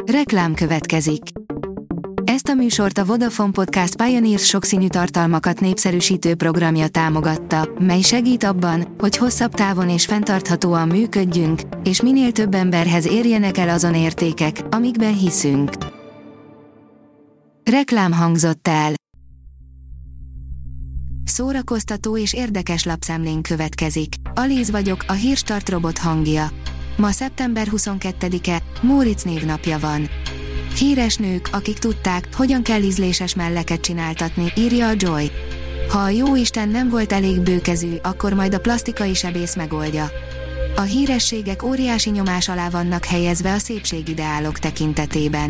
Reklám következik. Ezt a műsort a Vodafone Podcast Pioneers sokszínű tartalmakat népszerűsítő programja támogatta, mely segít abban, hogy hosszabb távon és fenntarthatóan működjünk, és minél több emberhez érjenek el azon értékek, amikben hiszünk. Reklám hangzott el. Szórakoztató és érdekes lapszemlén következik. Alíz vagyok, a Hírstart robot hangja. Ma szeptember 22-e, Móricz névnapja van. Híres nők, akik tudták, hogyan kell ízléses melleket csináltatni, írja a Joy. Ha a jóisten nem volt elég bőkezű, akkor majd a plastikai sebész megoldja. A hírességek óriási nyomás alá vannak helyezve a szépségideálok tekintetében.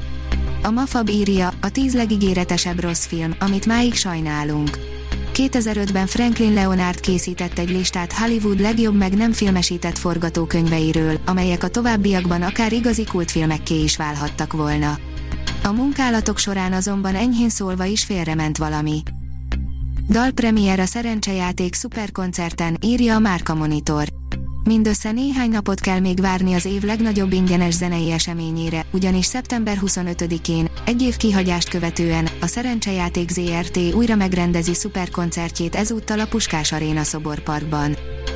A Mafab írja, a 10 legígéretesebb rossz film, amit máig sajnálunk. 2005-ben Franklin Leonard készített egy listát Hollywood legjobb meg nem filmesített forgatókönyveiről, amelyek a továbbiakban akár igazi kultfilmekké is válhattak volna. A munkálatok során azonban enyhén szólva is félrement valami. Dalpremier a szerencsejáték szuperkoncerten, írja a Márka Monitor. Mindössze néhány napot kell még várni az év legnagyobb ingyenes zenei eseményére, ugyanis szeptember 25-én, egy év kihagyást követően, a Szerencsejáték Zrt. Újra megrendezi szuperkoncertjét ezúttal a Puskás Aréna szoborparkban.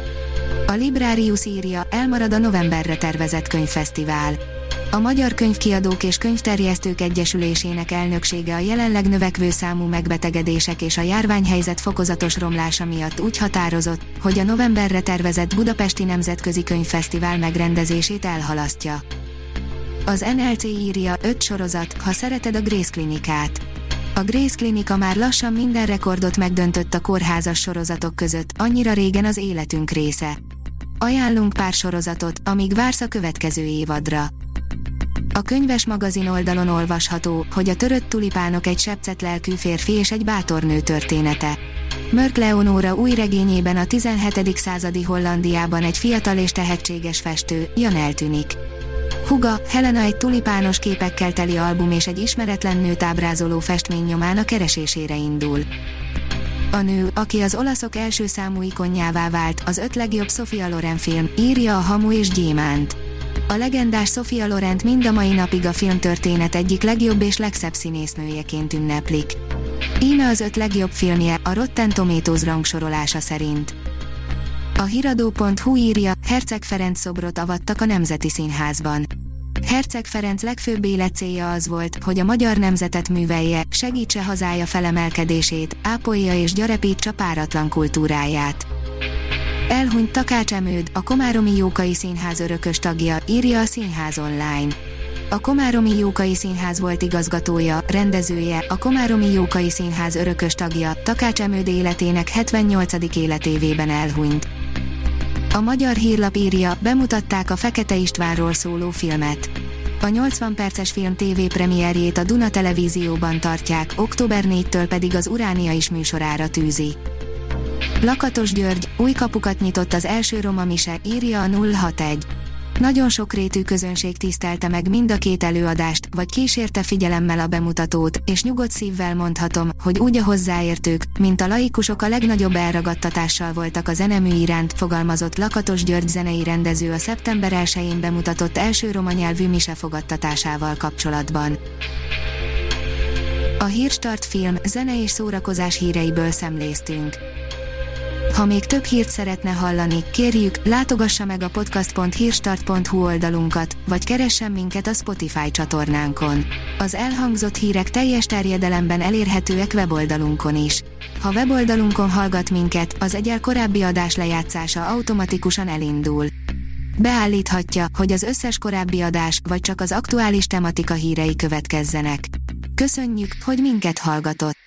A Librarius írja, elmarad a novemberre tervezett könyvfesztivál. A Magyar Könyvkiadók és Könyvterjesztők Egyesülésének elnöksége a jelenleg növekvő számú megbetegedések és a járványhelyzet fokozatos romlása miatt úgy határozott, hogy a novemberre tervezett Budapesti Nemzetközi Könyvfesztivál megrendezését elhalasztja. Az NLC írja, 5 sorozat, ha szereted a Grace Klinikát. A Grace Klinika már lassan minden rekordot megdöntött a kórházas sorozatok között, annyira régen az életünk része. Ajánlunk pár sorozatot, amíg vársz a következő évadra. A Könyves magazin oldalon olvasható, hogy a törött tulipánok egy sebzett lelkű férfi és egy bátor nő története. Mörk Leonóra új regényében a 17. századi Hollandiában egy fiatal és tehetséges festő, Jan eltűnik. Húga, Helena egy tulipános képekkel teli album és egy ismeretlen nőt ábrázoló festmény nyomán a keresésére indul. A nő, aki az olaszok első számú ikonjává vált, az 5 legjobb Sofia Loren film, írja a Hamu és Gyémánt. A legendás Sofia Lorent mind a mai napig a filmtörténet egyik legjobb és legszebb színésznőjeként ünneplik. Íme az 5 legjobb filmje, a Rotten Tomatoes rangsorolása szerint. A hiradó.hu írja, Herceg Ferenc szobrot avattak a Nemzeti Színházban. Herceg Ferenc legfőbb életcélja az volt, hogy a magyar nemzetet művelje, segítse hazája felemelkedését, ápolja és gyarapítsa páratlan kultúráját. Elhunyt Takács Emőd, a Komáromi Jókai Színház örökös tagja, írja a Színház online. A Komáromi Jókai Színház volt igazgatója, rendezője, a Komáromi Jókai Színház örökös tagja, Takács Emőd életének 78. életévében elhunyt. A Magyar Hírlap írja, bemutatták a Fekete Istvánról szóló filmet. A 80 perces film tévépremierjét a Duna Televízióban tartják, október 4-től pedig az Uránia is műsorára tűzi. Lakatos György, új kapukat nyitott az első roma mise, írja a 061. Nagyon sokrétű közönség tisztelte meg mind a két előadást, vagy kísérte figyelemmel a bemutatót, és nyugodt szívvel mondhatom, hogy úgy a hozzáértők, mint a laikusok a legnagyobb elragadtatással voltak a zenemű iránt, fogalmazott Lakatos György zenei rendező a szeptember 1-én bemutatott első roma nyelvű mise fogadtatásával kapcsolatban. A Hírstart film, zene és szórakozás híreiből szemléztünk. Ha még több hírt szeretne hallani, kérjük, látogassa meg a podcast.hírstart.hu oldalunkat, vagy keressen minket a Spotify csatornánkon. Az elhangzott hírek teljes terjedelemben elérhetőek weboldalunkon is. Ha weboldalunkon hallgat minket, az egyel korábbi adás lejátszása automatikusan elindul. Beállíthatja, hogy az összes korábbi adás, vagy csak az aktuális tematika hírei következzenek. Köszönjük, hogy minket hallgatott!